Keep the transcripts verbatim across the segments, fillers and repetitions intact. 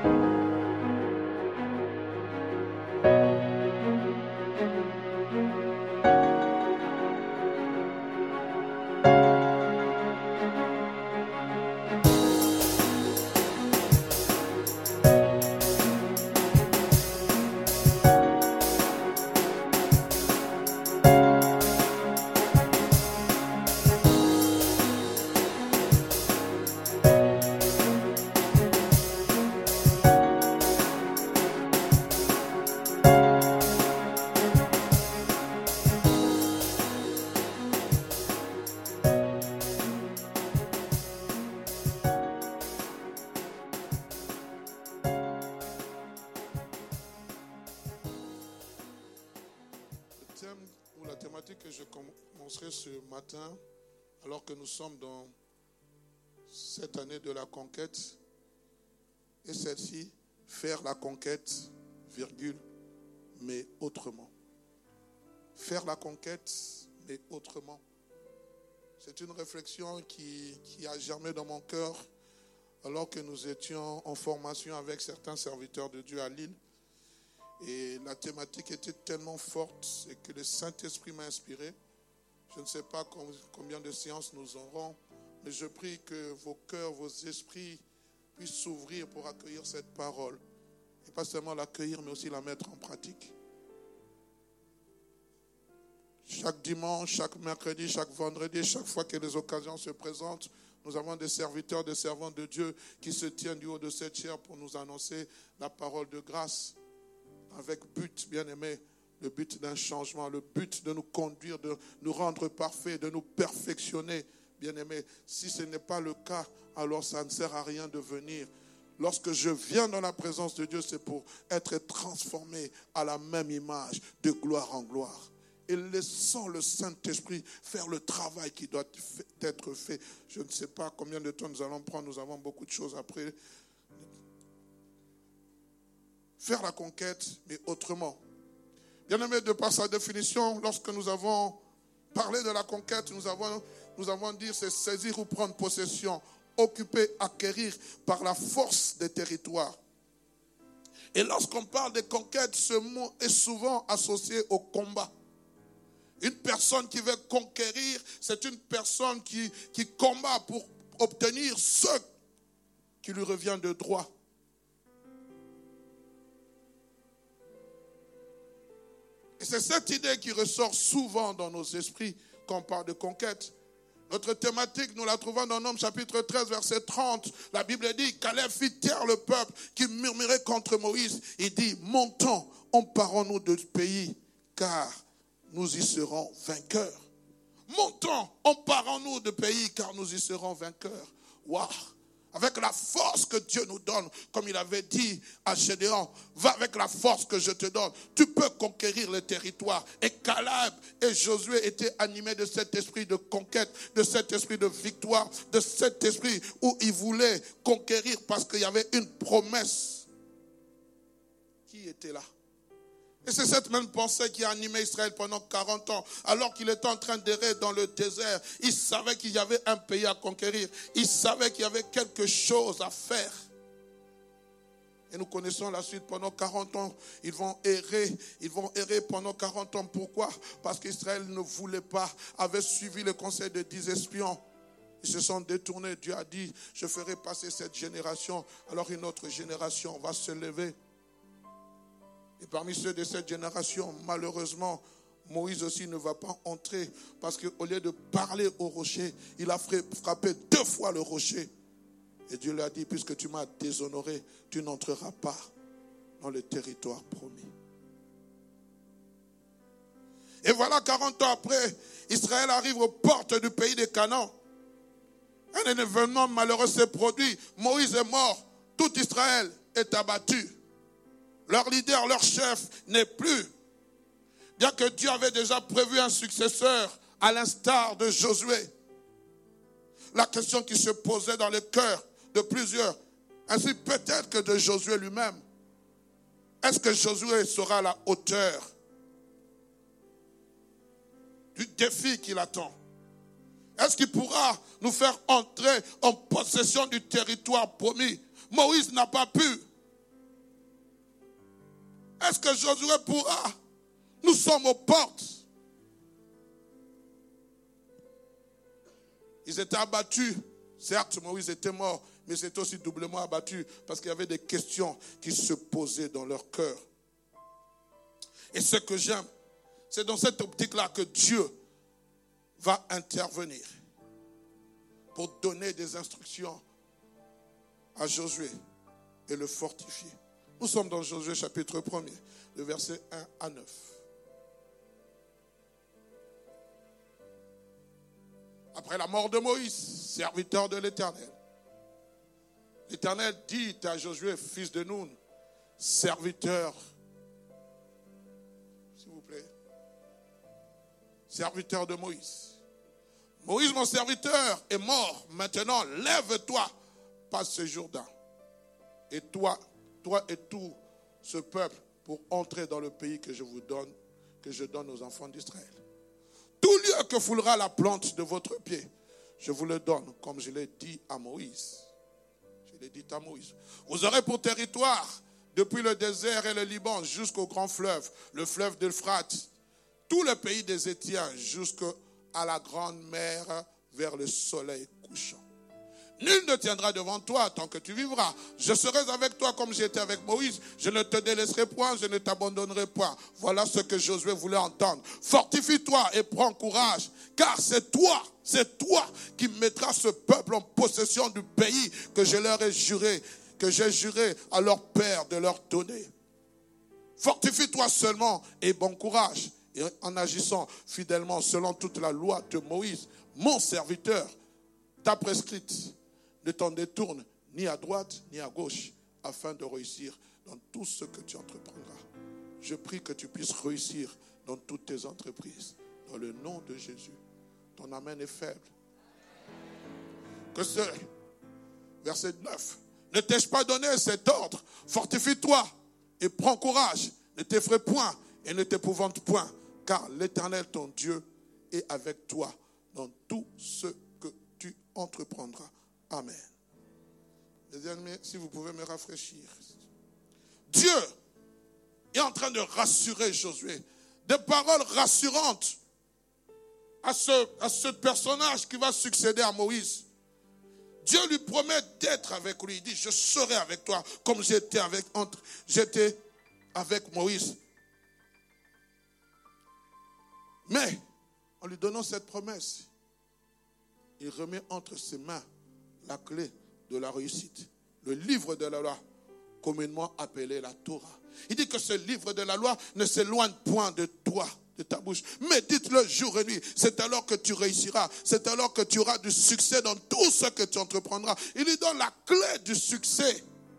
Que je commencerai ce matin, alors que nous sommes dans cette année de la conquête, et celle-ci, faire la conquête, virgule, mais autrement. Faire la conquête, mais autrement. C'est une réflexion qui, qui a germé dans mon cœur, alors que nous étions en formation avec certains serviteurs de Dieu à Lille. Et la thématique était tellement forte et que le Saint-Esprit m'a inspiré. Je ne sais pas combien de séances nous aurons, mais je prie que vos cœurs, vos esprits puissent s'ouvrir pour accueillir cette parole. Et pas seulement l'accueillir, mais aussi la mettre en pratique. Chaque dimanche, chaque mercredi, chaque vendredi, chaque fois que les occasions se présentent, nous avons des serviteurs, des servantes de Dieu qui se tiennent du haut de cette chaire pour nous annoncer la parole de grâce. Avec but, bien aimé, le but d'un changement, le but de nous conduire, de nous rendre parfaits, de nous perfectionner, bien aimé. Si ce n'est pas le cas, alors ça ne sert à rien de venir. Lorsque je viens dans la présence de Dieu, c'est pour être transformé à la même image, de gloire en gloire. Et laissons le Saint-Esprit faire le travail qui doit être fait. Je ne sais pas combien de temps nous allons prendre, nous avons beaucoup de choses après. Faire la conquête, mais autrement. Bien aimé, de par sa définition, lorsque nous avons parlé de la conquête, nous avons, nous avons dit c'est saisir ou prendre possession, occuper, acquérir par la force des territoires. Et lorsqu'on parle de conquête, ce mot est souvent associé au combat. Une personne qui veut conquérir, c'est une personne qui, qui combat pour obtenir ce qui lui revient de droit. Et c'est cette idée qui ressort souvent dans nos esprits quand on parle de conquête. Notre thématique, nous la trouvons dans Nombres chapitre treize, verset trente. La Bible dit, Caleb fit taire le peuple qui murmurait contre Moïse. Il dit, montons, emparons-nous de ce pays, car nous y serons vainqueurs. Montons, emparons-nous de pays, car nous y serons vainqueurs. Waouh! Avec la force que Dieu nous donne, comme il avait dit à Gédéon, va avec la force que je te donne. Tu peux conquérir le territoire. Et Caleb et Josué étaient animés de cet esprit de conquête, de cet esprit de victoire, de cet esprit où ils voulaient conquérir parce qu'il y avait une promesse qui était là. Et c'est cette même pensée qui a animé Israël pendant quarante ans. Alors qu'il était en train d'errer dans le désert, il savait qu'il y avait un pays à conquérir. Il savait qu'il y avait quelque chose à faire. Et nous connaissons la suite. Pendant quarante ans, ils vont errer. Ils vont errer pendant quarante ans. Pourquoi? Parce qu'Israël ne voulait pas, avait suivi le conseil de dix espions. Ils se sont détournés. Dieu a dit, je ferai passer cette génération. Alors une autre génération va se lever. Et parmi ceux de cette génération, malheureusement, Moïse aussi ne va pas entrer parce qu'au lieu de parler au rocher, il a frappé deux fois le rocher. Et Dieu lui a dit, puisque tu m'as déshonoré, tu n'entreras pas dans le territoire promis. Et voilà, quarante ans après, Israël arrive aux portes du pays de Canaan. Un événement malheureux s'est produit. Moïse est mort. Tout Israël est abattu. Leur leader, leur chef n'est plus. Bien que Dieu avait déjà prévu un successeur à l'instar de Josué. La question qui se posait dans le cœur de plusieurs, ainsi peut-être que de Josué lui-même. Est-ce que Josué sera à la hauteur du défi qui l'attend? Est-ce qu'il pourra nous faire entrer en possession du territoire promis? Moïse n'a pas pu. Est-ce que Josué pourra? Nous sommes aux portes. Ils étaient abattus. Certes, Moïse était mort, mais ils étaient aussi doublement abattus parce qu'il y avait des questions qui se posaient dans leur cœur. Et ce que j'aime, c'est dans cette optique-là que Dieu va intervenir pour donner des instructions à Josué et le fortifier. Nous sommes dans Josué chapitre premier, le verset un à neuf. Après la mort de Moïse, serviteur de l'Éternel, l'Éternel dit à Josué, fils de Nun, serviteur, s'il vous plaît, serviteur de Moïse. Moïse, mon serviteur, est mort. Maintenant, lève-toi, passe ce Jourdain. Et toi, toi et tout ce peuple, pour entrer dans le pays que je vous donne, que je donne aux enfants d'Israël. Tout lieu que foulera la plante de votre pied, je vous le donne, comme je l'ai dit à Moïse. Je l'ai dit à Moïse. Vous aurez pour territoire, depuis le désert et le Liban, jusqu'au grand fleuve, le fleuve d'Euphrate, tout le pays des Hétiens, jusqu'à la grande mer, vers le soleil couchant. Nul ne tiendra devant toi tant que tu vivras. Je serai avec toi comme j'étais avec Moïse. Je ne te délaisserai point, je ne t'abandonnerai point. Voilà ce que Josué voulait entendre. Fortifie-toi et prends courage, car c'est toi, c'est toi qui mettras ce peuple en possession du pays que je leur ai juré, que j'ai juré à leur père de leur donner. Fortifie-toi seulement et bon courage. Et en agissant fidèlement selon toute la loi de Moïse, mon serviteur t'a prescrite. Ne t'en détourne ni à droite ni à gauche afin de réussir dans tout ce que tu entreprendras. Je prie que tu puisses réussir dans toutes tes entreprises. Dans le nom de Jésus. Ton amen est faible. Que ce verset neuf. Ne t'ai-je pas donné cet ordre? Fortifie-toi et prends courage. Ne t'effraie point et ne t'épouvante point. Car l'Éternel ton Dieu est avec toi dans tout ce que tu entreprendras. Amen. Les amis, si vous pouvez me rafraîchir. Dieu est en train de rassurer Josué. Des paroles rassurantes à ce, à ce personnage qui va succéder à Moïse. Dieu lui promet d'être avec lui. Il dit, je serai avec toi comme j'étais avec, entre, j'étais avec Moïse. Mais, en lui donnant cette promesse, il remet entre ses mains la clé de la réussite. Le livre de la loi, communément appelé la Torah. Il dit que ce livre de la loi ne s'éloigne point de toi, de ta bouche. Médite-le jour et nuit. C'est alors que tu réussiras. C'est alors que tu auras du succès dans tout ce que tu entreprendras. Il lui donne la clé du succès.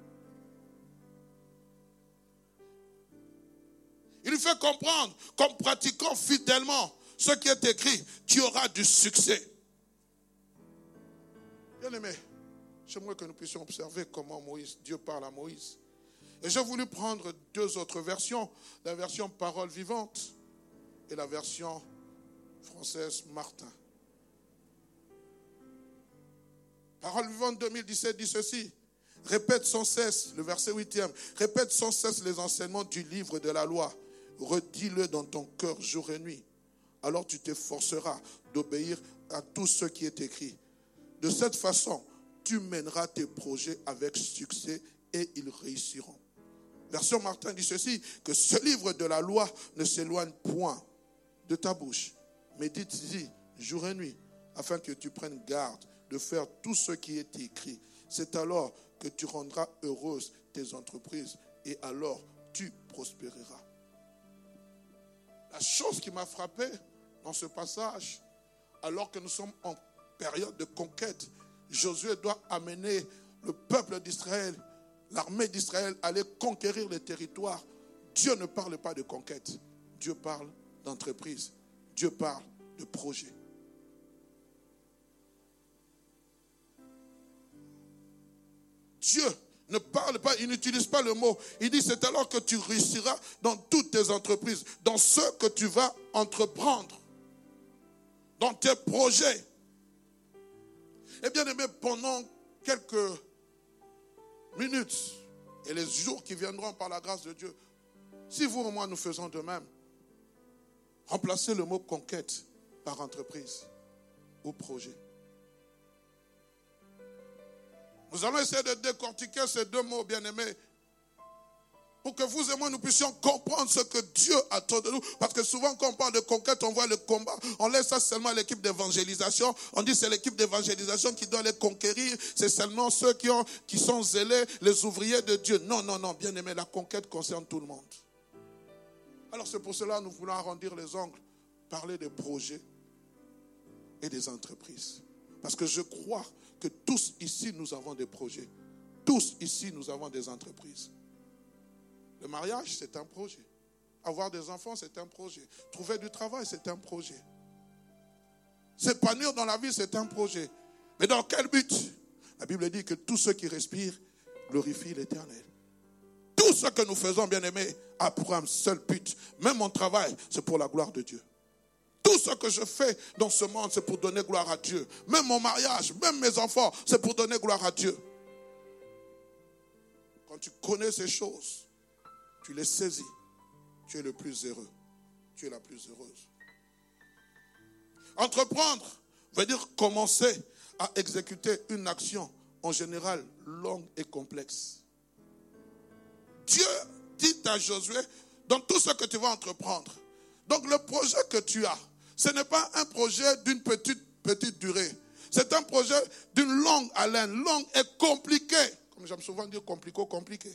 Il lui fait comprendre qu'en pratiquant fidèlement ce qui est écrit, tu auras du succès. Bien aimé, j'aimerais que nous puissions observer comment Moïse, Dieu parle à Moïse. Et j'ai voulu prendre deux autres versions, la version Parole vivante et la version française Martin. Parole vivante deux mille dix-sept dit ceci. Répète sans cesse, le verset huitième, répète sans cesse les enseignements du livre de la loi. Redis-le dans ton cœur jour et nuit. Alors tu t'efforceras d'obéir à tout ce qui est écrit. De cette façon, tu mèneras tes projets avec succès et ils réussiront. Version Martin dit ceci, que ce livre de la loi ne s'éloigne point de ta bouche. Médite-y jour et nuit, afin que tu prennes garde de faire tout ce qui est écrit. C'est alors que tu rendras heureuses tes entreprises et alors tu prospéreras. La chose qui m'a frappé dans ce passage, alors que nous sommes en période de conquête, Josué doit amener le peuple d'Israël, l'armée d'Israël, à aller conquérir les territoires. Dieu ne parle pas de conquête. Dieu parle d'entreprise. Dieu parle de projet. Dieu ne parle pas, il n'utilise pas le mot. Il dit, c'est alors que tu réussiras dans toutes tes entreprises, dans ce que tu vas entreprendre, dans tes projets. Et bien aimé, pendant quelques minutes et les jours qui viendront par la grâce de Dieu, Si vous et moi nous faisons de même, remplacez le mot conquête par entreprise ou projet. Nous allons essayer de décortiquer ces deux mots, bien-aimés, pour que vous et moi nous puissions comprendre ce que Dieu attend de nous. Parce que souvent quand on parle de conquête, on voit le combat. On laisse ça seulement à l'équipe d'évangélisation. On dit que c'est l'équipe d'évangélisation qui doit les conquérir. C'est seulement ceux qui, ont, qui sont zélés, les ouvriers de Dieu. Non, non, non, bien-aimé, la conquête concerne tout le monde. Alors c'est pour cela que nous voulons arrondir les angles, parler des projets et des entreprises. Parce que je crois que tous ici nous avons des projets. Tous ici nous avons des entreprises. Le mariage, c'est un projet. Avoir des enfants, c'est un projet. Trouver du travail, c'est un projet. S'épanouir dans la vie, c'est un projet. Mais dans quel but? La Bible dit que tous ceux qui respirent glorifient l'Éternel. Tout ce que nous faisons, bien-aimés, a pour un seul but. Même mon travail, c'est pour la gloire de Dieu. Tout ce que je fais dans ce monde, c'est pour donner gloire à Dieu. Même mon mariage, même mes enfants, c'est pour donner gloire à Dieu. Quand tu connais ces choses, tu les saisis, tu es le plus heureux. Tu es la plus heureuse. Entreprendre veut dire commencer à exécuter une action, en général longue et complexe. Dieu dit à Josué, dans tout ce que tu vas entreprendre, donc le projet que tu as, ce n'est pas un projet d'une petite, petite durée. C'est un projet d'une longue haleine, longue et compliquée. Comme j'aime souvent dire compliqué, compliqué.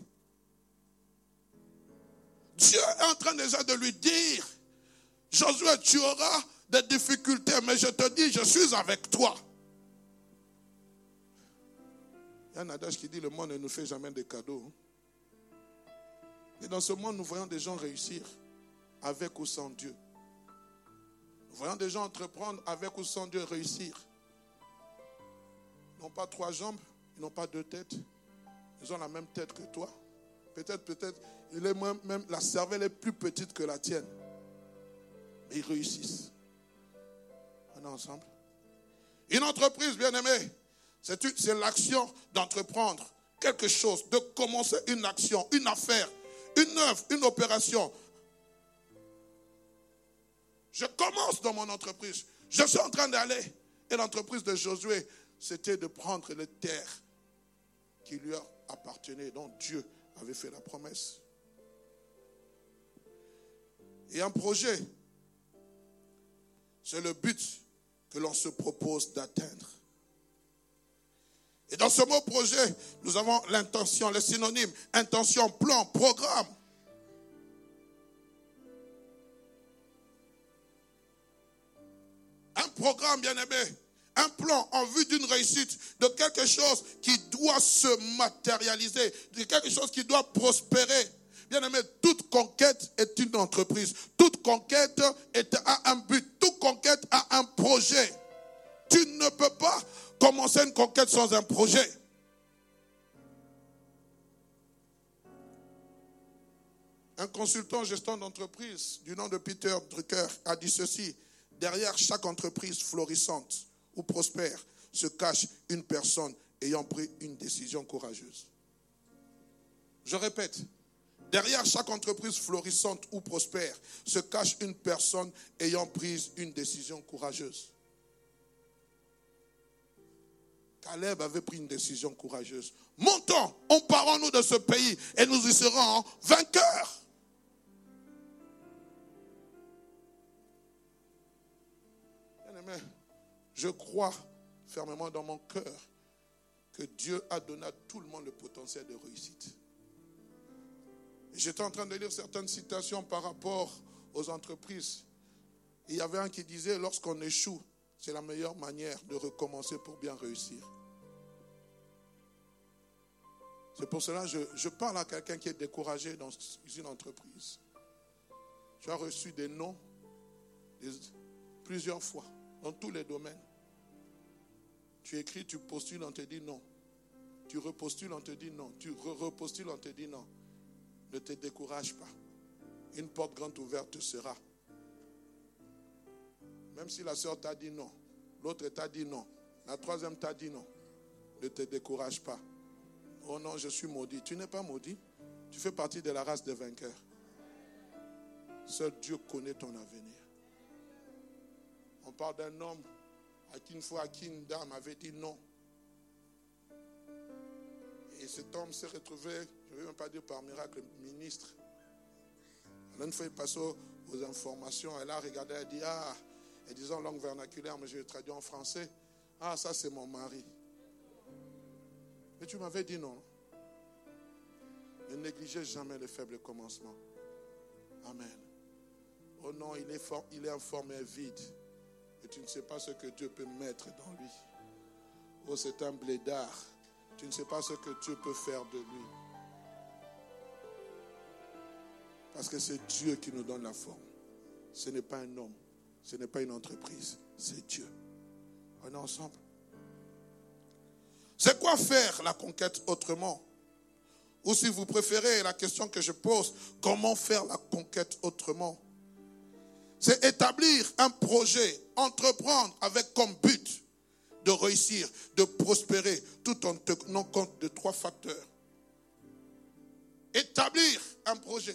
Dieu est en train déjà de lui dire, Josué, tu auras des difficultés, mais je te dis, je suis avec toi. Il y a un adage qui dit, le monde ne nous fait jamais de cadeaux. Et dans ce monde, nous voyons des gens réussir, avec ou sans Dieu. Nous voyons des gens entreprendre, avec ou sans Dieu, réussir. Ils n'ont pas trois jambes, ils n'ont pas deux têtes. Ils ont la même tête que toi. Peut-être, peut-être, il est même, même, la cervelle est plus petite que la tienne. Mais ils réussissent. On est ensemble. Une entreprise, bien-aimée, c'est, une, c'est l'action d'entreprendre quelque chose, de commencer une action, une affaire, une œuvre, une opération. Je commence dans mon entreprise. Je suis en train d'aller. Et l'entreprise de Josué, c'était de prendre les terres qui lui appartenaient, dont Dieu avait fait la promesse. Et un projet, c'est le but que l'on se propose d'atteindre. Et dans ce mot projet, nous avons l'intention, les synonymes, intention, plan, programme. Un programme, bien-aimé, un plan en vue d'une réussite, de quelque chose qui doit se matérialiser, de quelque chose qui doit prospérer. Bien-aimé, toute conquête est une entreprise. Toute conquête est, a un but. Toute conquête a un projet. Tu ne peux pas commencer une conquête sans un projet. Un consultant en gestion d'entreprise du nom de Peter Drucker a dit ceci. Derrière chaque entreprise florissante ou prospère se cache une personne ayant pris une décision courageuse. Je répète, derrière chaque entreprise florissante ou prospère se cache une personne ayant pris une décision courageuse. Caleb avait pris une décision courageuse. Montons, emparons-nous de ce pays et nous y serons vainqueurs. Bien-aimé, je crois fermement dans mon cœur que Dieu a donné à tout le monde le potentiel de réussite. Et j'étais en train de lire certaines citations par rapport aux entreprises. Et il y avait un qui disait, lorsqu'on échoue, c'est la meilleure manière de recommencer pour bien réussir. C'est pour cela que je, je parle à quelqu'un qui est découragé dans une entreprise. Tu as reçu des noms des, plusieurs fois, dans tous les domaines. Tu écris, tu postules, on te dit non. Tu repostules, on te dit non. Tu repostules, on te dit non. Ne te décourage pas. Une porte grande ouverte sera. Même si la sœur t'a dit non, l'autre t'a dit non, la troisième t'a dit non, ne te décourage pas. Oh non, je suis maudit. Tu n'es pas maudit. Tu fais partie de la race des vainqueurs. Seul Dieu connaît ton avenir. On parle d'un homme à qui une fois, à qui une dame avait dit non. Et cet homme s'est retrouvé, je ne vais même pas dire par miracle, ministre. Alors une fois, il passe aux, aux informations. Elle a regardé, elle a dit, ah, elle disait en langue vernaculaire, mais je l'ai traduit en français. Ah, ça c'est mon mari. Mais tu m'avais dit non. Ne négligez jamais le faible commencement. Amen. Oh non, il est, for, il est informé vide. Et tu ne sais pas ce que Dieu peut mettre dans lui. Oh, c'est un blédard. Tu ne sais pas ce que Dieu peut faire de lui. Parce que c'est Dieu qui nous donne la forme. Ce n'est pas un homme. Ce n'est pas une entreprise. C'est Dieu. On est ensemble. C'est quoi faire la conquête autrement? Ou si vous préférez, la question que je pose, comment faire la conquête autrement? C'est établir un projet, entreprendre avec comme but de réussir, de prospérer, tout en tenant compte de trois facteurs. Établir un projet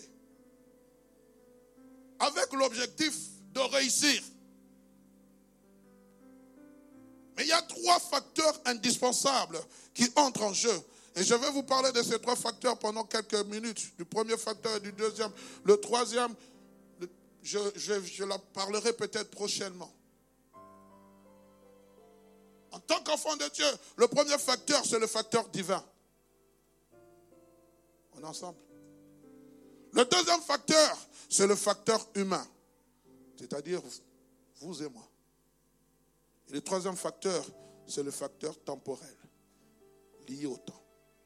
avec l'objectif de réussir. Mais il y a trois facteurs indispensables qui entrent en jeu. Et je vais vous parler de ces trois facteurs pendant quelques minutes. Du premier facteur et du deuxième. Le troisième, je, je, je la parlerai peut-être prochainement. En tant qu'enfant de Dieu, le premier facteur, c'est le facteur divin. On est ensemble. Le deuxième facteur, c'est le facteur humain. C'est-à-dire vous et moi. Et le troisième facteur, c'est le facteur temporel, lié au temps.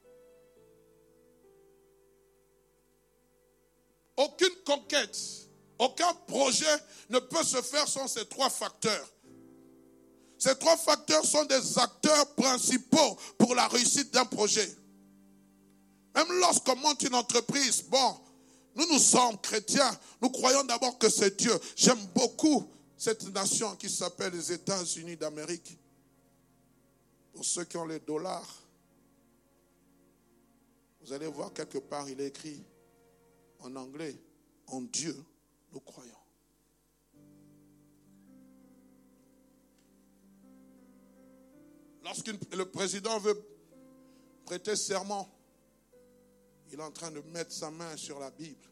Aucune conquête, aucun projet ne peut se faire sans ces trois facteurs. Ces trois facteurs sont des acteurs principaux pour la réussite d'un projet. Même lorsqu'on monte une entreprise, bon, nous nous sommes chrétiens, nous croyons d'abord que c'est Dieu. J'aime beaucoup cette nation qui s'appelle les États-Unis d'Amérique. Pour ceux qui ont les dollars, vous allez voir quelque part, il est écrit en anglais, en Dieu, nous croyons. Lorsque le président veut prêter serment, il est en train de mettre sa main sur la Bible.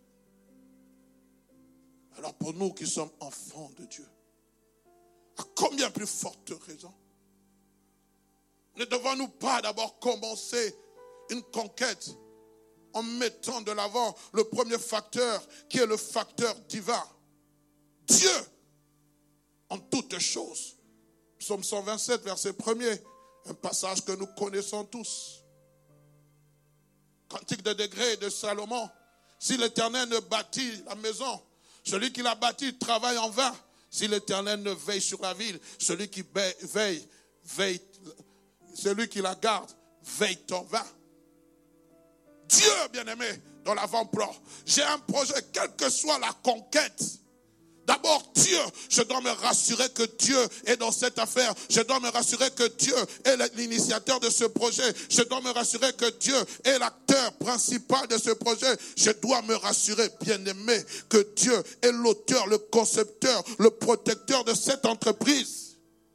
Alors pour nous qui sommes enfants de Dieu, à combien plus forte raison ne devons-nous pas d'abord commencer une conquête en mettant de l'avant le premier facteur qui est le facteur divin. Dieu en toutes choses. Psaume cent vingt-sept, verset premier, un passage que nous connaissons tous. Cantique de degré de Salomon. Si l'Éternel ne bâtit la maison, celui qui l'a bâtie travaille en vain. Si l'Éternel ne veille sur la ville, celui qui veille, veille, celui qui la garde, veille en vain. Dieu, bien-aimé, dans l'avant-plan, j'ai un projet, quelle que soit la conquête. D'abord, Dieu, je dois me rassurer que Dieu est dans cette affaire. Je dois me rassurer que Dieu est l'initiateur de ce projet. Je dois me rassurer que Dieu est l'acteur principal de ce projet. Je dois me rassurer, bien-aimé, que Dieu est l'auteur, le concepteur, le protecteur de cette entreprise.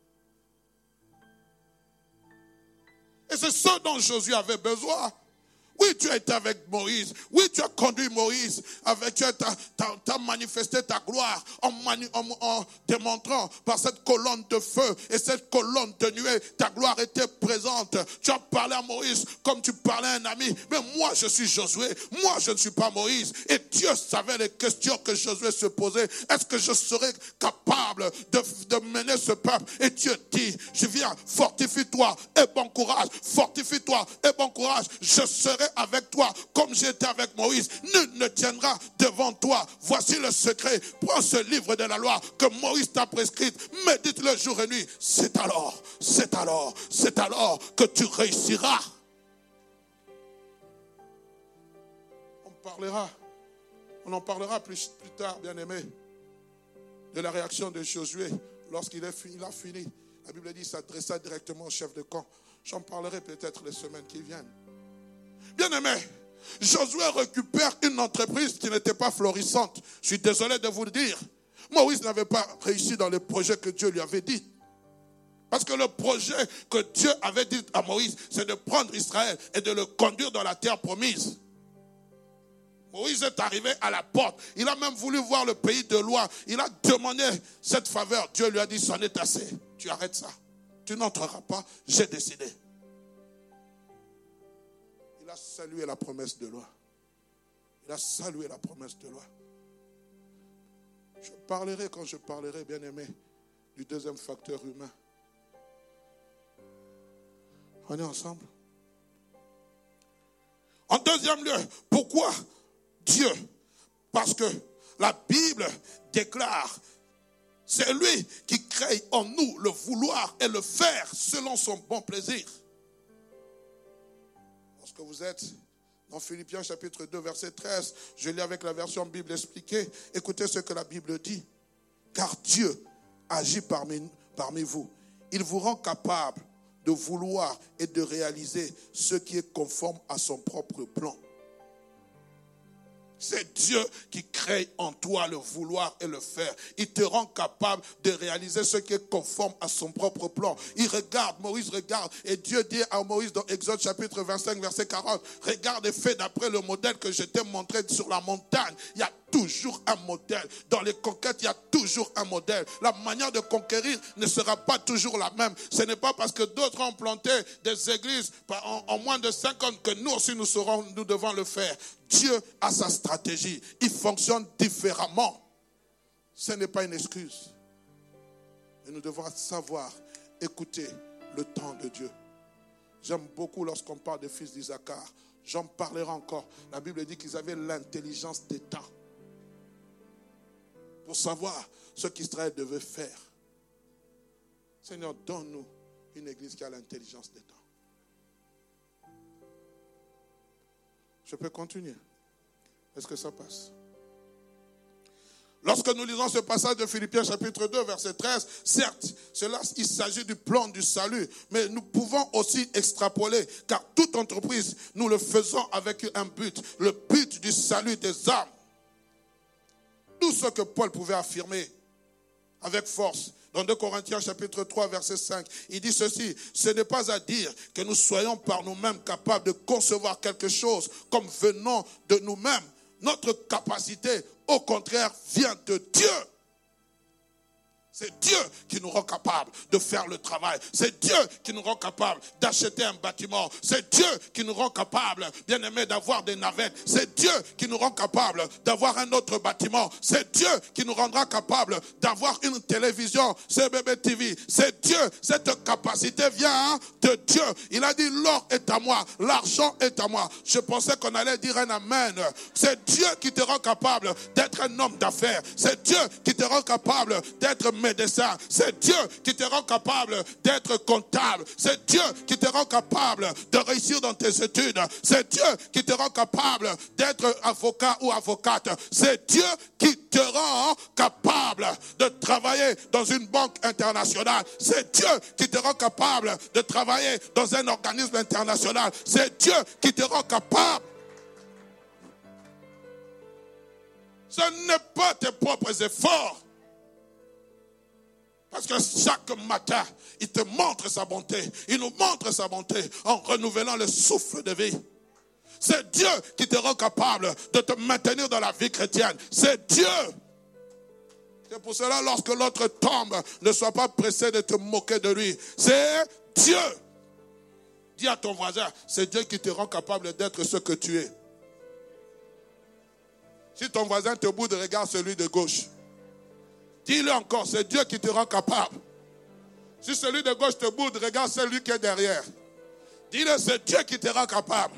Et c'est ce dont Josué avait besoin. Oui, tu as été avec Moïse. Oui, tu as conduit Moïse. Avec, tu as, as, as manifesté ta gloire en, mani, en, en démontrant par cette colonne de feu et cette colonne de nuée. Ta gloire était présente. Tu as parlé à Moïse comme tu parlais à un ami. Mais moi, je suis Josué. Moi, je ne suis pas Moïse. Et Dieu savait les questions que Josué se posait. Est-ce que je serais capable de, de mener ce peuple? Et Dieu dit, je viens, fortifie-toi et bon courage. Fortifie-toi et bon courage. Je serai avec toi comme j'étais avec Moïse. Nul ne tiendra devant toi. Voici le secret. Prends ce livre de la loi que Moïse t'a prescrite. Médite-le jour et nuit. C'est alors, c'est alors, c'est alors que tu réussiras. On parlera, on en parlera plus, plus tard, bien-aimé, de la réaction de Josué lorsqu'il est fini, il a fini. La Bible dit qu'il s'adressa directement au chef de camp. J'en parlerai peut-être les semaines qui viennent. Bien-aimé, Josué récupère une entreprise qui n'était pas florissante. Je suis désolé de vous le dire. Moïse n'avait pas réussi dans le projet que Dieu lui avait dit. Parce que le projet que Dieu avait dit à Moïse, c'est de prendre Israël et de le conduire dans la terre promise. Moïse est arrivé à la porte. Il a même voulu voir le pays de loi. Il a demandé cette faveur. Dieu lui a dit, c'en est assez. Tu arrêtes ça. Tu n'entreras pas. J'ai décidé. Il a salué la promesse de loi. Il a salué la promesse de loi. Je parlerai quand je parlerai, bien aimé, du deuxième facteur humain. On est ensemble? En deuxième lieu, pourquoi Dieu? Parce que la Bible déclare, c'est lui qui crée en nous le vouloir et le faire selon son bon plaisir. Lorsque vous êtes dans Philippiens chapitre deux, verset treize, je lis avec la version Bible expliquée, écoutez ce que la Bible dit. Car Dieu agit parmi, parmi vous. Il vous rend capable de vouloir et de réaliser ce qui est conforme à son propre plan. C'est Dieu qui crée en toi le vouloir et le faire. Il te rend capable de réaliser ce qui est conforme à son propre plan. Il regarde, Moïse regarde, et Dieu dit à Moïse dans Exode chapitre vingt-cinq, verset quarante, regarde et fais d'après le modèle que je t'ai montré sur la montagne. Il y a toujours un modèle. Dans les conquêtes, il y a toujours un modèle. La manière de conquérir ne sera pas toujours la même. Ce n'est pas parce que d'autres ont planté des églises en, en moins de cinquante que nous aussi nous saurons, nous devons le faire. Dieu a sa stratégie. Il fonctionne différemment. Ce n'est pas une excuse. Et nous devons savoir écouter le temps de Dieu. J'aime beaucoup lorsqu'on parle des fils d'Isaacar. J'en parlerai encore. La Bible dit qu'ils avaient l'intelligence des temps pour savoir ce qu'Israël devait faire. Seigneur, donne-nous une église qui a l'intelligence des temps. Je peux continuer. Est-ce que ça passe? Lorsque nous lisons ce passage de Philippiens chapitre deux, verset treize, certes, cela, il s'agit du plan du salut, mais nous pouvons aussi extrapoler, car toute entreprise, nous le faisons avec un but, le but du salut des âmes. Tout ce que Paul pouvait affirmer avec force. Dans deux Corinthiens chapitre trois, verset cinq, il dit ceci, ce n'est pas à dire que nous soyons par nous-mêmes capables de concevoir quelque chose comme venant de nous-mêmes. Notre capacité, au contraire, vient de Dieu. C'est Dieu qui nous rend capables de faire le travail. C'est Dieu qui nous rend capables d'acheter un bâtiment. C'est Dieu qui nous rend capables, bien aimé, d'avoir des navettes. C'est Dieu qui nous rend capables d'avoir un autre bâtiment. C'est Dieu qui nous rendra capables d'avoir une télévision, C B B T V. C'est Dieu, cette capacité vient de Dieu. Il a dit, l'or est à moi, l'argent est à moi. Je pensais qu'on allait dire un amen. C'est Dieu qui te rend capable d'être un homme d'affaires. C'est Dieu qui te rend capable d'être médecin. C'est Dieu qui te rend capable d'être comptable. C'est Dieu qui te rend capable de réussir dans tes études. C'est Dieu qui te rend capable d'être avocat ou avocate. C'est Dieu qui te rend capable de travailler dans une banque internationale. C'est Dieu qui te rend capable de travailler dans un organisme international. C'est Dieu qui te rend capable. Ce n'est pas tes propres efforts. Parce que chaque matin, il te montre sa bonté. Il nous montre sa bonté en renouvelant le souffle de vie. C'est Dieu qui te rend capable de te maintenir dans la vie chrétienne. C'est Dieu. C'est pour cela, lorsque l'autre tombe, ne sois pas pressé de te moquer de lui. C'est Dieu. Dis à ton voisin, c'est Dieu qui te rend capable d'être ce que tu es. Si ton voisin te boude, regarde celui de gauche. Dis-le encore, c'est Dieu qui te rend capable. Si celui de gauche te boude, regarde celui qui est derrière. Dis-le, c'est Dieu qui te rend capable.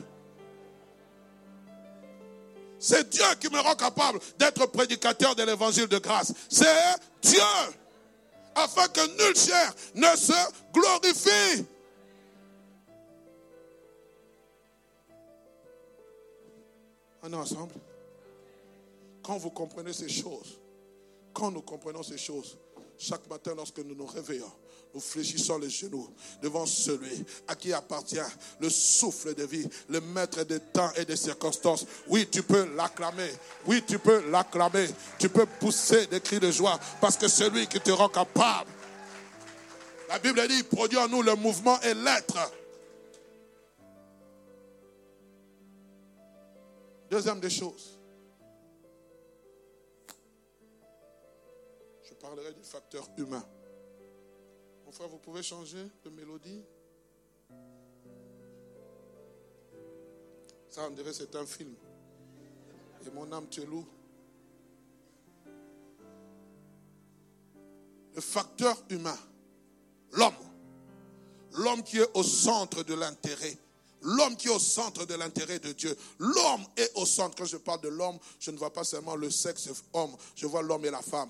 C'est Dieu qui me rend capable d'être prédicateur de l'évangile de grâce. C'est Dieu. Afin que nulle chair ne se glorifie. On est ensemble. Quand vous comprenez ces choses, quand nous comprenons ces choses, chaque matin lorsque nous nous réveillons, nous fléchissons les genoux devant celui à qui appartient le souffle de vie, le maître des temps et des circonstances. Oui, tu peux l'acclamer. Oui, tu peux l'acclamer. Tu peux pousser des cris de joie parce que celui qui te rend capable. La Bible dit, produit en nous le mouvement et l'être. Deuxième des choses. Je parlerai du facteur humain. Mon frère, vous pouvez changer de mélodie? Ça, on dirait que c'est un film. Et mon âme te loue. Le facteur humain. L'homme. L'homme qui est au centre de l'intérêt. L'homme qui est au centre de l'intérêt de Dieu. L'homme est au centre. Quand je parle de l'homme, je ne vois pas seulement le sexe homme. Je vois l'homme et la femme.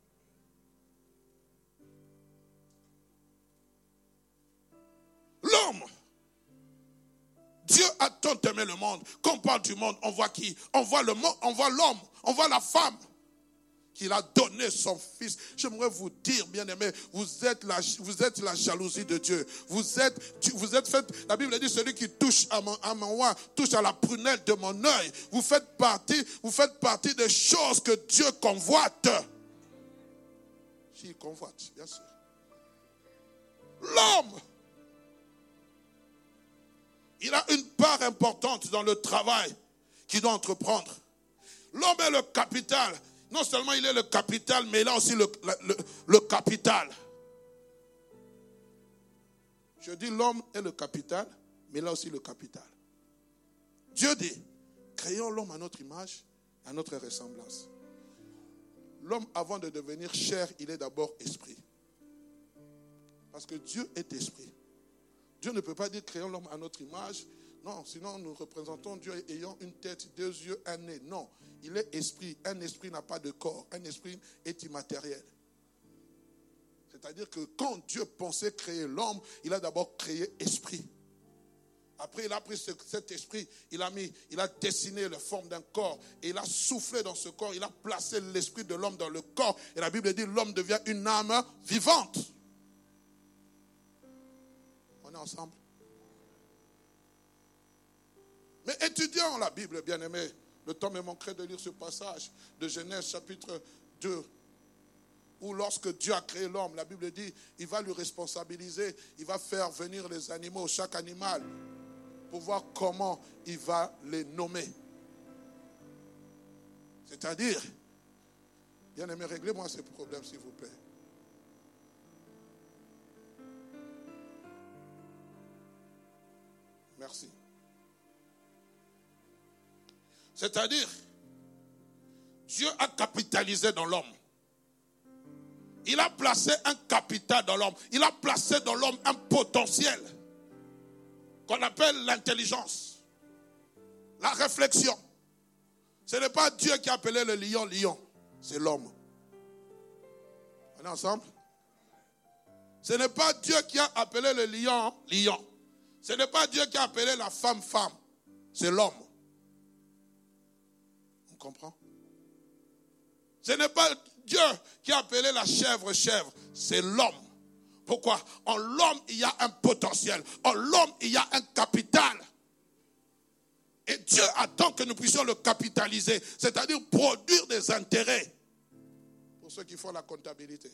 L'homme. Dieu a tant aimé le monde. Quand on parle du monde, on voit qui? On voit le monde, on voit l'homme, on voit la femme. Qu'il a donné son fils. J'aimerais vous dire, bien-aimés, vous êtes la, vous êtes la jalousie de Dieu. Vous êtes, vous êtes fait, la Bible dit, celui qui touche à mon, à mon oin, touche à la prunelle de mon œil. Vous faites partie, vous faites partie des choses que Dieu convoite. Si, il convoite, bien sûr. L'homme, il a une part importante dans le travail qu'il doit entreprendre. L'homme est le capital. Non seulement il est le capital, mais il a aussi le, le, le capital. Je dis l'homme est le capital, mais il a aussi le capital. Dieu dit, créons l'homme à notre image, à notre ressemblance. L'homme, avant de devenir chair, il est d'abord esprit. Parce que Dieu est esprit. Dieu ne peut pas dire créons l'homme à notre image. Non, sinon nous représentons Dieu ayant une tête, deux yeux, un nez. Non, il est esprit. Un esprit n'a pas de corps. Un esprit est immatériel. C'est-à-dire que quand Dieu pensait créer l'homme, il a d'abord créé esprit. Après, il a pris ce, cet esprit, il a mis, il a dessiné la forme d'un corps et il a soufflé dans ce corps. Il a placé l'esprit de l'homme dans le corps. Et la Bible dit l'homme devient une âme vivante. On est ensemble? Mais étudions la Bible, bien-aimés. Le temps me manquerait de lire ce passage de Genèse chapitre deux. Où lorsque Dieu a créé l'homme, la Bible dit, il va lui responsabiliser. Il va faire venir les animaux, chaque animal, pour voir comment il va les nommer. C'est-à-dire, bien-aimés, réglez-moi ces problèmes, s'il vous plaît. Merci. C'est-à-dire, Dieu a capitalisé dans l'homme. Il a placé un capital dans l'homme. Il a placé dans l'homme un potentiel qu'on appelle l'intelligence, la réflexion. Ce n'est pas Dieu qui a appelé le lion lion, c'est l'homme. On est ensemble? Ce n'est pas Dieu qui a appelé le lion lion. Ce n'est pas Dieu qui a appelé la femme femme, c'est l'homme. On comprend? Ce n'est pas Dieu qui a appelé la chèvre chèvre, c'est l'homme. Pourquoi? En l'homme, il y a un potentiel. En l'homme, il y a un capital. Et Dieu attend que nous puissions le capitaliser, c'est-à-dire produire des intérêts pour ceux qui font la comptabilité.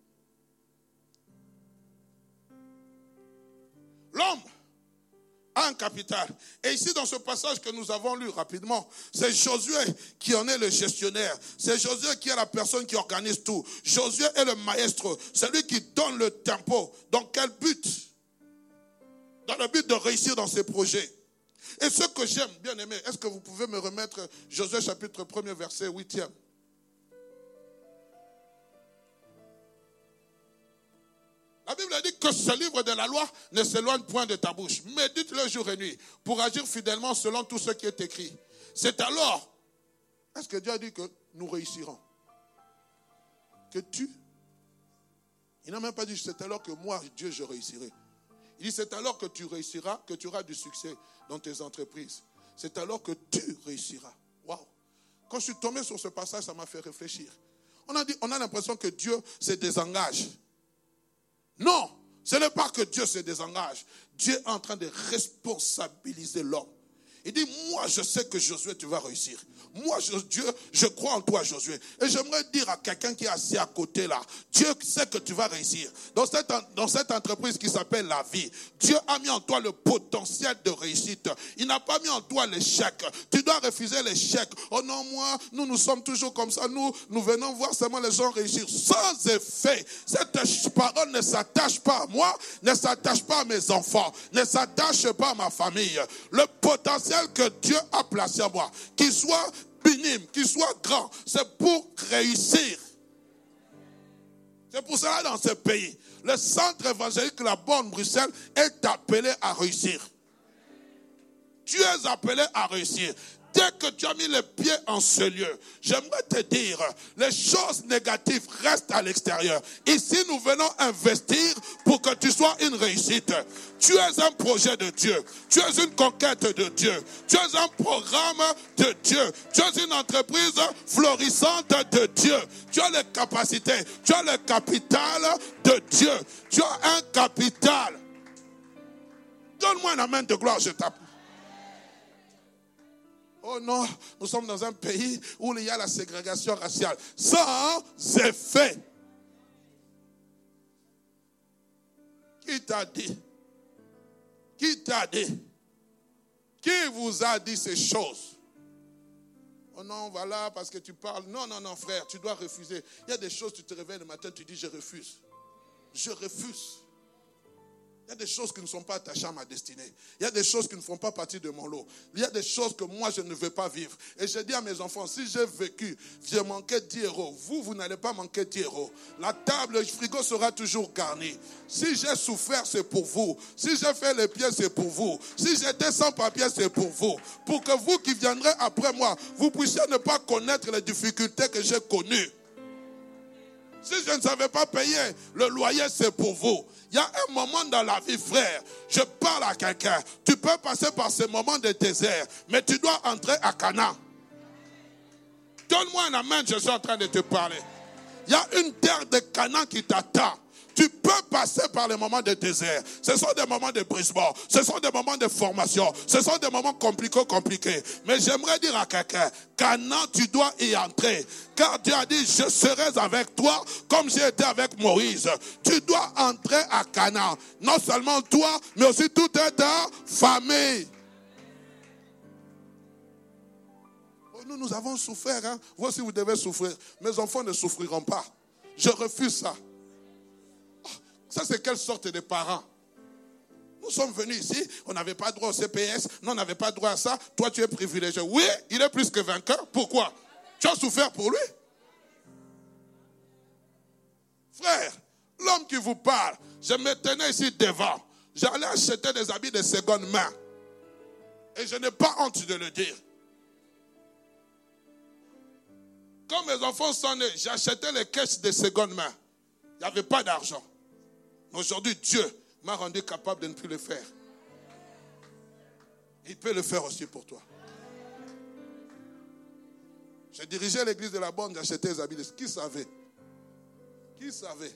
L'homme a un capital. Et ici, dans ce passage que nous avons lu rapidement, c'est Josué qui en est le gestionnaire. C'est Josué qui est la personne qui organise tout. Josué est le maestro. C'est lui qui donne le tempo. Dans quel but? Dans le but de réussir dans ses projets. Et ce que j'aime, bien aimé, est-ce que vous pouvez me remettre Josué chapitre premier, verset huitième? La Bible dit que ce livre de la loi ne s'éloigne point de ta bouche. Médite-le jour et nuit pour agir fidèlement selon tout ce qui est écrit. C'est alors, est-ce que Dieu a dit que nous réussirons? Que tu? Il n'a même pas dit c'est alors que moi, Dieu, je réussirai. Il dit c'est alors que tu réussiras, que tu auras du succès dans tes entreprises. C'est alors que tu réussiras. Waouh! Quand je suis tombé sur ce passage, ça m'a fait réfléchir. On a dit, on a l'impression que Dieu se désengage. Non, ce n'est pas que Dieu se désengage. Dieu est en train de responsabiliser l'homme. Il dit, moi je sais que Josué, tu vas réussir. Moi, je, Dieu, je crois en toi, Josué. Et j'aimerais dire à quelqu'un qui est assis à côté là, Dieu sait que tu vas réussir. Dans cette, dans cette entreprise qui s'appelle la vie, Dieu a mis en toi le potentiel de réussite. Il n'a pas mis en toi l'échec. Tu dois refuser l'échec. Oh non, moi, nous, nous sommes toujours comme ça. Nous, nous venons voir seulement les gens réussir sans effet. Cette parole ne s'attache pas à moi, ne s'attache pas à mes enfants, ne s'attache pas à ma famille. Le potentiel que Dieu a placé en moi, qu'il soit minime, qu'il soit grand, c'est pour réussir. C'est pour cela dans ce pays, le centre évangélique La Borne Bruxelles est appelé à réussir. Tu es appelé à réussir. Dès que tu as mis les pieds en ce lieu, j'aimerais te dire, les choses négatives restent à l'extérieur. Ici, nous venons investir pour que tu sois une réussite. Tu es un projet de Dieu. Tu es une conquête de Dieu. Tu es un programme de Dieu. Tu es une entreprise florissante de Dieu. Tu as les capacités. Tu as le capital de Dieu. Tu as un capital. Donne-moi un amen de gloire, je t'appelle. Oh non, nous sommes dans un pays où il y a la ségrégation raciale. Sans effet. Qui t'a dit? Qui t'a dit? Qui vous a dit ces choses? Oh non, voilà, parce que tu parles. Non, non, non, frère, tu dois refuser. Il y a des choses, tu te réveilles le matin, tu dis, je refuse. Je refuse. Il y a des choses qui ne sont pas attachées à ma destinée. Il y a des choses qui ne font pas partie de mon lot. Il y a des choses que moi, je ne veux pas vivre. Et je dis à mes enfants, si j'ai vécu, j'ai manqué dix euros. Vous, vous n'allez pas manquer dix euros. La table, le frigo sera toujours garni. Si j'ai souffert, c'est pour vous. Si j'ai fait les pieds, c'est pour vous. Si j'étais sans papier, c'est pour vous. Pour que vous qui viendrez après moi, vous puissiez ne pas connaître les difficultés que j'ai connues. Si je ne savais pas payer le loyer, c'est pour vous. Il y a un moment dans la vie, frère, je parle à quelqu'un. Tu peux passer par ce moment de désert, mais tu dois entrer à Canaan. Donne-moi un amen, je suis en train de te parler. Il y a une terre de Canaan qui t'attend. Tu peux passer par les moments de désert. Ce sont des moments de brisement. Ce sont des moments de formation. Ce sont des moments compliqués, compliqués. Mais j'aimerais dire à quelqu'un, Canaan, tu dois y entrer. Car Dieu a dit, je serai avec toi comme j'ai été avec Moïse. Tu dois entrer à Canaan. Non seulement toi, mais aussi toute ta famille. Nous, nous avons souffert. Hein? Vous aussi, vous devez souffrir. Mes enfants ne souffriront pas. Je refuse ça. Ça, c'est quelle sorte de parents? Nous sommes venus ici, on n'avait pas droit au C P S, non, on n'avait pas droit à ça. Toi, tu es privilégié. Oui, il est plus que vainqueur. Pourquoi? Tu as souffert pour lui. Frère, l'homme qui vous parle, je me tenais ici devant. J'allais acheter des habits de seconde main. Et je n'ai pas honte de le dire. Quand mes enfants sont nés, j'achetais les caisses de seconde main. Il n'y avait pas d'argent. Aujourd'hui, Dieu m'a rendu capable de ne plus le faire. Il peut le faire aussi pour toi. J'ai dirigé l'église de la Borne, j'achetais les habits. Qui savait? Qui savait?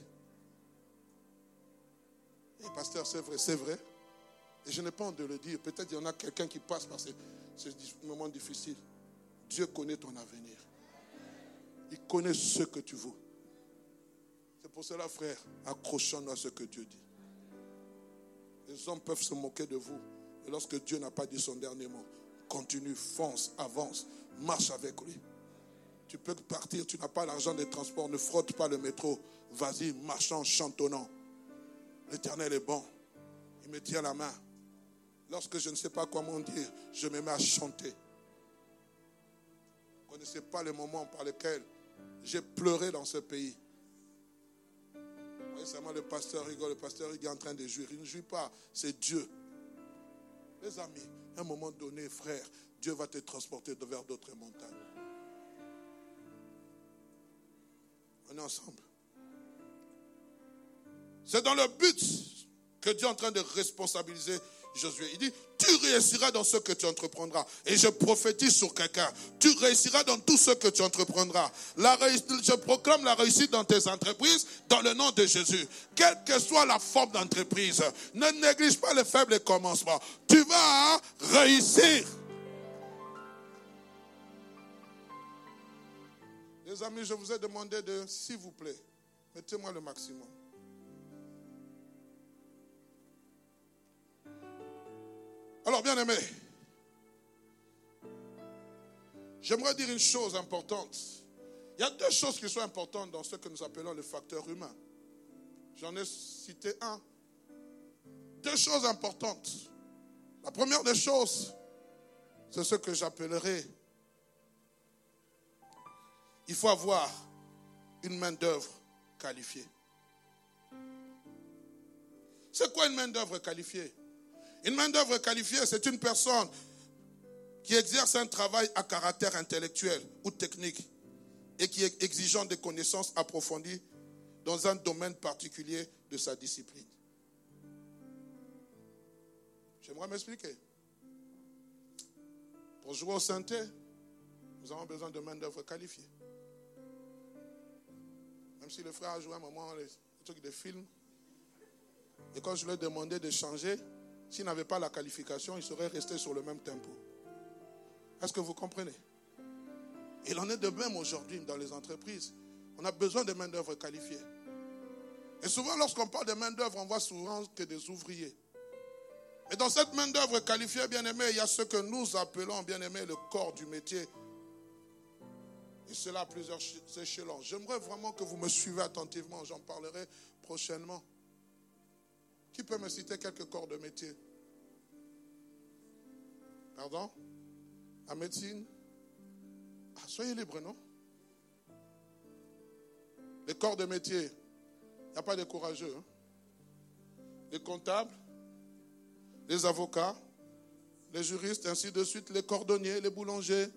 Et pasteur, c'est vrai, c'est vrai. Et je n'ai pas honte de le dire. Peut-être qu'il y en a quelqu'un qui passe par ces, ces moments difficiles. Dieu connaît ton avenir. Il connaît ce que tu veux. C'est pour cela, frère, accrochons-nous à ce que Dieu dit. Les hommes peuvent se moquer de vous. Et lorsque Dieu n'a pas dit son dernier mot, continue, fonce, avance, marche avec lui. Tu peux partir, tu n'as pas l'argent des transports, ne frotte pas le métro. Vas-y, marchant, chantonnant. L'Éternel est bon. Il me tient la main. Lorsque je ne sais pas comment dire, je me mets à chanter. Vous ne connaissez pas les moments par lesquels j'ai pleuré dans ce pays. Seulement le pasteur rigole, le pasteur il est en train de jouir. Il ne jouit pas, c'est Dieu. Les amis, à un moment donné, frère, Dieu va te transporter vers d'autres montagnes. On est ensemble. C'est dans le but que Dieu est en train de responsabiliser Josué. Il dit, tu réussiras dans ce que tu entreprendras. Et je prophétise sur quelqu'un. Tu réussiras dans tout ce que tu entreprendras. La réussite, je proclame la réussite dans tes entreprises dans le nom de Jésus. Quelle que soit la forme d'entreprise, ne néglige pas les faibles commencements. Tu vas réussir. Les amis, je vous ai demandé de, s'il vous plaît, mettez-moi le maximum. Alors, bien aimé, j'aimerais dire une chose importante. Il y a deux choses qui sont importantes dans ce que nous appelons le facteur humain. J'en ai cité un. Deux choses importantes. La première des choses, c'est ce que j'appellerai, il faut avoir une main-d'œuvre qualifiée. C'est quoi une main-d'œuvre qualifiée? Une main-d'œuvre qualifiée, c'est une personne qui exerce un travail à caractère intellectuel ou technique et qui est exigeant des connaissances approfondies dans un domaine particulier de sa discipline. J'aimerais m'expliquer. Pour jouer au synthé, nous avons besoin de main-d'œuvre qualifiée. Même si le frère a joué un moment les trucs de film, et quand je lui ai demandé de changer, s'il n'avait pas la qualification, il serait resté sur le même tempo. Est-ce que vous comprenez? Il en est de même aujourd'hui dans les entreprises. On a besoin de main-d'œuvre qualifiée. Et souvent, lorsqu'on parle de main-d'œuvre, on voit souvent que des ouvriers. Et dans cette main-d'œuvre qualifiée, bien aimé, il y a ce que nous appelons, bien aimé, le corps du métier. Et cela à plusieurs échelons. J'aimerais vraiment que vous me suivez attentivement. J'en parlerai prochainement. Qui peut me citer quelques corps de métier? Pardon? La médecine? Ah, soyez libres, non? Les corps de métier. Il n'y a pas de courageux. Hein? Les comptables, les avocats, les juristes, ainsi de suite, les cordonniers, les boulangers,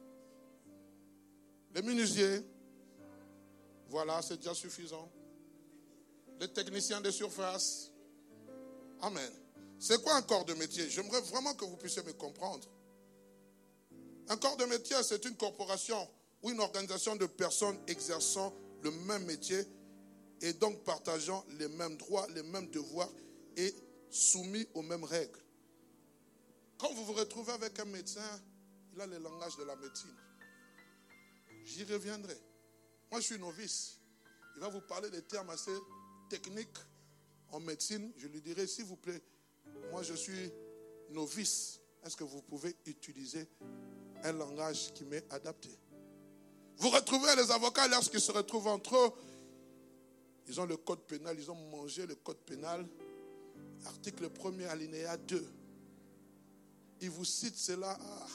les menuisiers. Voilà, c'est déjà suffisant. Les techniciens de surface. Amen. C'est quoi un corps de métier? J'aimerais vraiment que vous puissiez me comprendre. Un corps de métier, c'est une corporation ou une organisation de personnes exerçant le même métier et donc partageant les mêmes droits, les mêmes devoirs et soumis aux mêmes règles. Quand vous vous retrouvez avec un médecin, il a le langage de la médecine. J'y reviendrai. Moi, je suis novice. Il va vous parler des termes assez techniques en médecine. Je lui dirai, s'il vous plaît, moi, je suis novice. Est-ce que vous pouvez utiliser un langage qui m'est adapté? Vous retrouvez les avocats lorsqu'ils se retrouvent entre eux. Ils ont le code pénal, ils ont mangé le code pénal. Article premier, alinéa deux. Ils vous citent cela. Ah.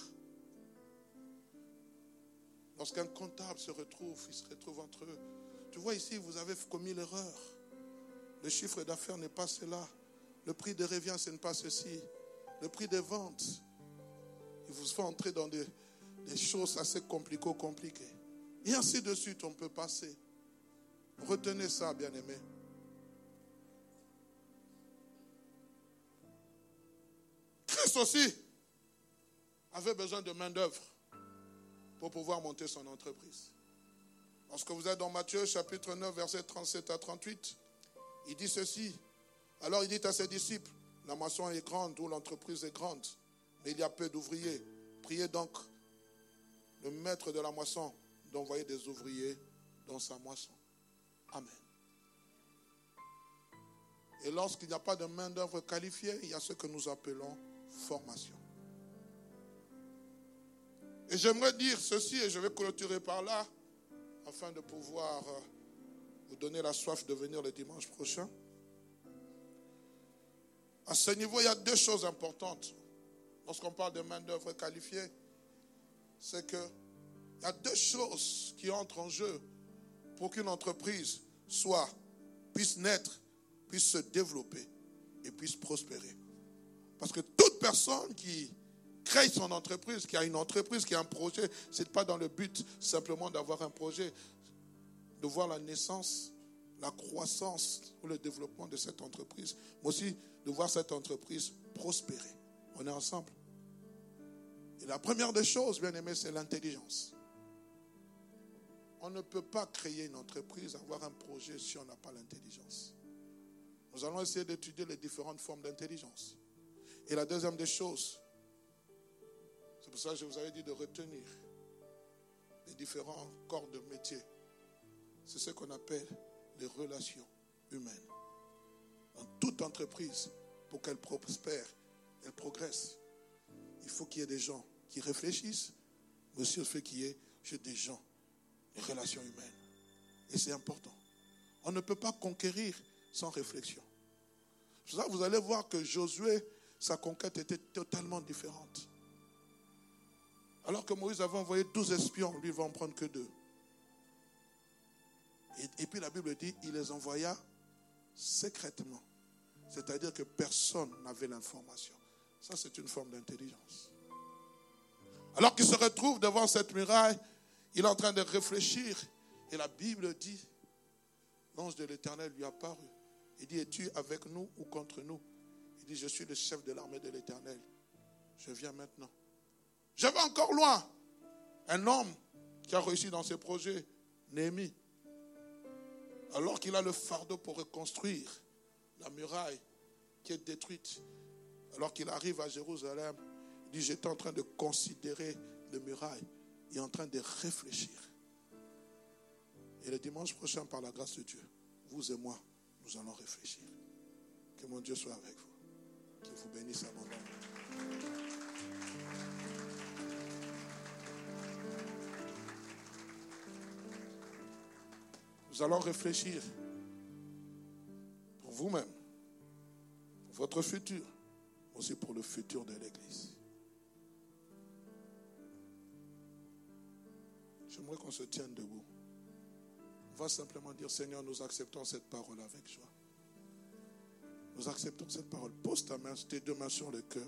Lorsqu'un comptable se retrouve, il se retrouve entre eux. Tu vois ici, vous avez commis l'erreur. Le chiffre d'affaires n'est pas cela. Le prix de revient, ce n'est pas ceci. Le prix des ventes. Il vous fait entrer dans des, des choses assez compliquées, compliquées. Et ainsi de suite, on peut passer. Retenez ça, bien-aimés. Christ aussi avait besoin de main-d'œuvre pour pouvoir monter son entreprise. Lorsque vous êtes dans Matthieu, chapitre neuf, versets trente-sept à trente-huit, il dit ceci. Alors il dit à ses disciples, la moisson est grande ou l'entreprise est grande, mais il y a peu d'ouvriers. Priez donc le maître de la moisson d'envoyer des ouvriers dans sa moisson. Amen. Et lorsqu'il n'y a pas de main-d'œuvre qualifiée, il y a ce que nous appelons formation. Et j'aimerais dire ceci, et je vais clôturer par là, afin de pouvoir vous donner la soif de venir le dimanche prochain. À ce niveau, il y a deux choses importantes. Lorsqu'on parle de main-d'œuvre qualifiée, c'est qu'il y a deux choses qui entrent en jeu pour qu'une entreprise soit, puisse naître, puisse se développer et puisse prospérer. Parce que toute personne qui crée son entreprise, qui a une entreprise, qui a un projet, ce n'est pas dans le but simplement d'avoir un projet, de voir la naissance, la croissance ou le développement de cette entreprise, mais aussi de voir cette entreprise prospérer. On est ensemble. Et la première des choses, bien aimé, c'est l'intelligence. On ne peut pas créer une entreprise, avoir un projet si on n'a pas l'intelligence. Nous allons essayer d'étudier les différentes formes d'intelligence. Et la deuxième des choses, c'est pour ça que je vous avais dit de retenir les différents corps de métier. C'est ce qu'on appelle les relations humaines. Dans toute entreprise, pour qu'elle prospère, elle progresse, il faut qu'il y ait des gens qui réfléchissent, mais aussi il faut qu'il y ait des gens, des relations humaines. Et c'est important. On ne peut pas conquérir sans réflexion. C'est pour ça que vous allez voir que Josué, sa conquête était totalement différente. Alors que Moïse avait envoyé douze espions, lui il va en prendre que deux. Et, et puis la Bible dit, il les envoya secrètement. C'est-à-dire que personne n'avait l'information. Ça, c'est une forme d'intelligence. Alors qu'il se retrouve devant cette muraille, il est en train de réfléchir. Et la Bible dit, l'ange de l'Éternel lui apparut. Il dit, es-tu avec nous ou contre nous? Il dit, je suis le chef de l'armée de l'Éternel. Je viens maintenant. Je vais encore loin. Un homme qui a réussi dans ses projets, Néhémie. Alors qu'il a le fardeau pour reconstruire la muraille qui est détruite. Alors qu'il arrive à Jérusalem, il dit, j'étais en train de considérer les murailles et en train de réfléchir. Et le dimanche prochain, par la grâce de Dieu, vous et moi, nous allons réfléchir. Que mon Dieu soit avec vous. Qu'il vous bénisse abondamment. Nous allons réfléchir pour vous-même, pour votre futur, aussi pour le futur de l'Église. J'aimerais qu'on se tienne debout. On va simplement dire, Seigneur, nous acceptons cette parole avec joie. Nous acceptons cette parole. Pose ta main, tes deux mains sur le cœur.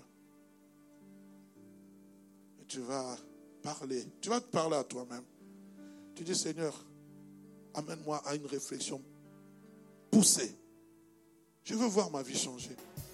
Et tu vas parler. Tu vas te parler à toi-même. Tu dis, Seigneur, amène-moi à une réflexion poussée. Je veux voir ma vie changer.